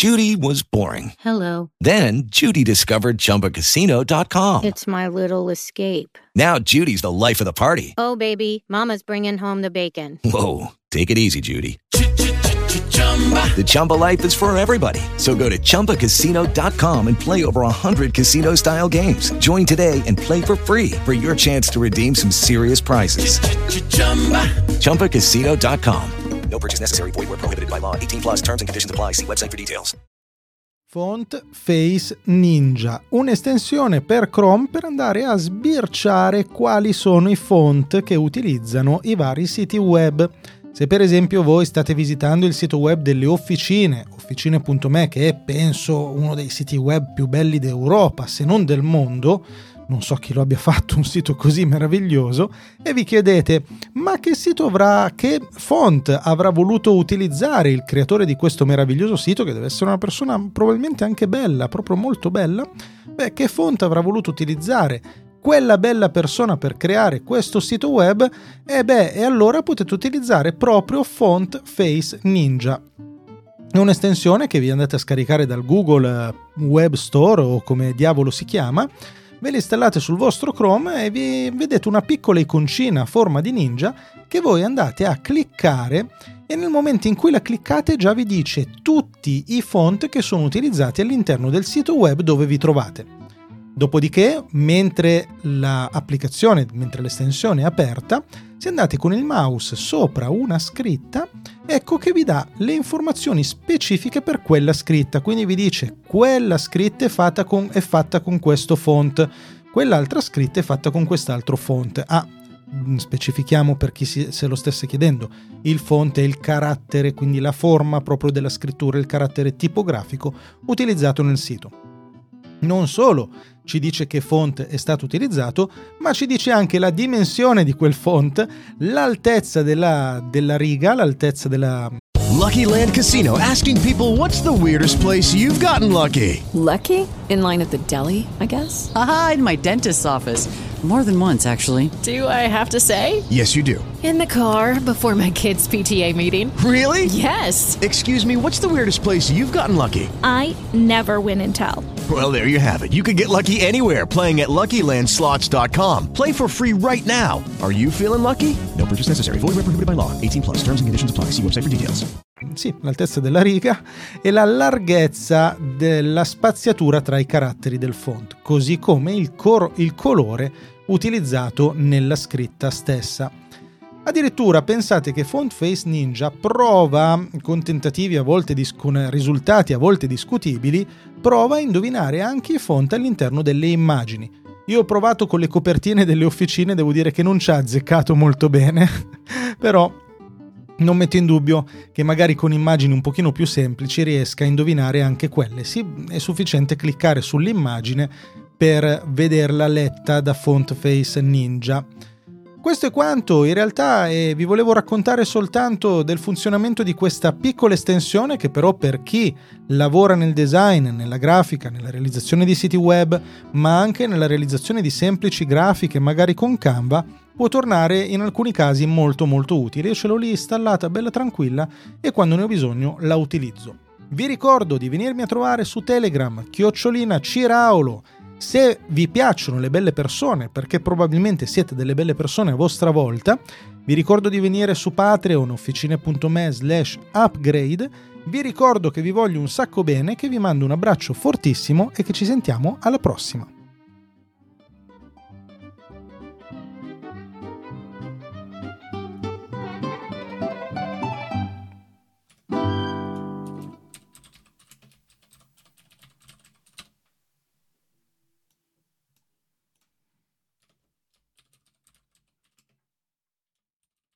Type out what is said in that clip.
Judy was boring. Hello. Then Judy discovered ChumbaCasino.com. It's my little escape. Now Judy's the life of the party. Oh, baby, mama's bringing home the bacon. Whoa, take it easy, Judy. The Chumba life is for everybody. So go to ChumbaCasino.com and play over 100 casino-style games. Join today and play for free for your chance to redeem some serious prizes. ChumbaCasino.com. No purchase necessary. Void where prohibited by law. 18 plus terms and conditions apply. See website for details. Font Face Ninja, un'estensione per Chrome per andare a sbirciare quali sono i font che utilizzano i vari siti web. Se per esempio voi state visitando il sito web delle officine, officine.me, che è penso uno dei siti web più belli d'Europa, se non del mondo, non so chi lo abbia fatto un sito così meraviglioso, e vi chiedete ma che font avrà voluto utilizzare il creatore di questo meraviglioso sito, che deve essere una persona probabilmente anche bella, proprio molto bella, che font avrà voluto utilizzare quella bella persona per creare questo sito web? E allora potete utilizzare proprio Font Face Ninja. È un'estensione che vi andate a scaricare dal Google Web Store o come diavolo si chiama, ve la installate sul vostro Chrome e vi vedete una piccola iconcina a forma di ninja che voi andate a cliccare, e nel momento in cui la cliccate già vi dice tutti i font che sono utilizzati all'interno del sito web dove vi trovate. Dopodiché, mentre l'estensione è aperta, se andate con il mouse sopra una scritta, ecco che vi dà le informazioni specifiche per quella scritta. Quindi vi dice quella scritta è fatta con questo font, quell'altra scritta è fatta con quest'altro font. Specifichiamo per chi se lo stesse chiedendo, il font è il carattere, quindi la forma proprio della scrittura, il carattere tipografico utilizzato nel sito. Non solo ci dice che font è stato utilizzato, ma ci dice anche la dimensione di quel font, l'altezza della riga, l'altezza della... Lucky Land Casino, asking people, what's the weirdest place you've gotten lucky? Lucky? In line at the deli, I guess? Aha, in my dentist's office. More than once, actually. Do I have to say? Yes, you do. In the car before my kids' PTA meeting. Really? Yes. Excuse me, what's the weirdest place you've gotten lucky? I never win and tell. Well, there you have it. You can get lucky anywhere, playing at LuckyLandSlots.com. Play for free right now. Are you feeling lucky? No purchase necessary. Void where prohibited by law. 18 plus. Terms and conditions apply. See website for details. Sì, l'altezza della riga e la larghezza della spaziatura tra i caratteri del font, così come il colore utilizzato nella scritta stessa. Addirittura pensate che Font Face Ninja prova, con tentativi a volte con risultati a volte discutibili, prova a indovinare anche i font all'interno delle immagini. Io ho provato con le copertine delle officine, devo dire che non ci ha azzeccato molto bene, però non metto in dubbio che magari con immagini un pochino più semplici riesca a indovinare anche quelle. Sì, è sufficiente cliccare sull'immagine per vederla letta da Font Face Ninja. Questo è quanto, in realtà vi volevo raccontare soltanto del funzionamento di questa piccola estensione che però per chi lavora nel design, nella grafica, nella realizzazione di siti web, ma anche nella realizzazione di semplici grafiche magari con Canva, può tornare in alcuni casi molto molto utile. Io ce l'ho lì installata bella tranquilla e quando ne ho bisogno la utilizzo. Vi ricordo di venirmi a trovare su Telegram, @Ciraulo. Se vi piacciono le belle persone, perché probabilmente siete delle belle persone a vostra volta, vi ricordo di venire su Patreon, officine.me/upgrade. Vi ricordo che vi voglio un sacco bene, che vi mando un abbraccio fortissimo e che ci sentiamo alla prossima.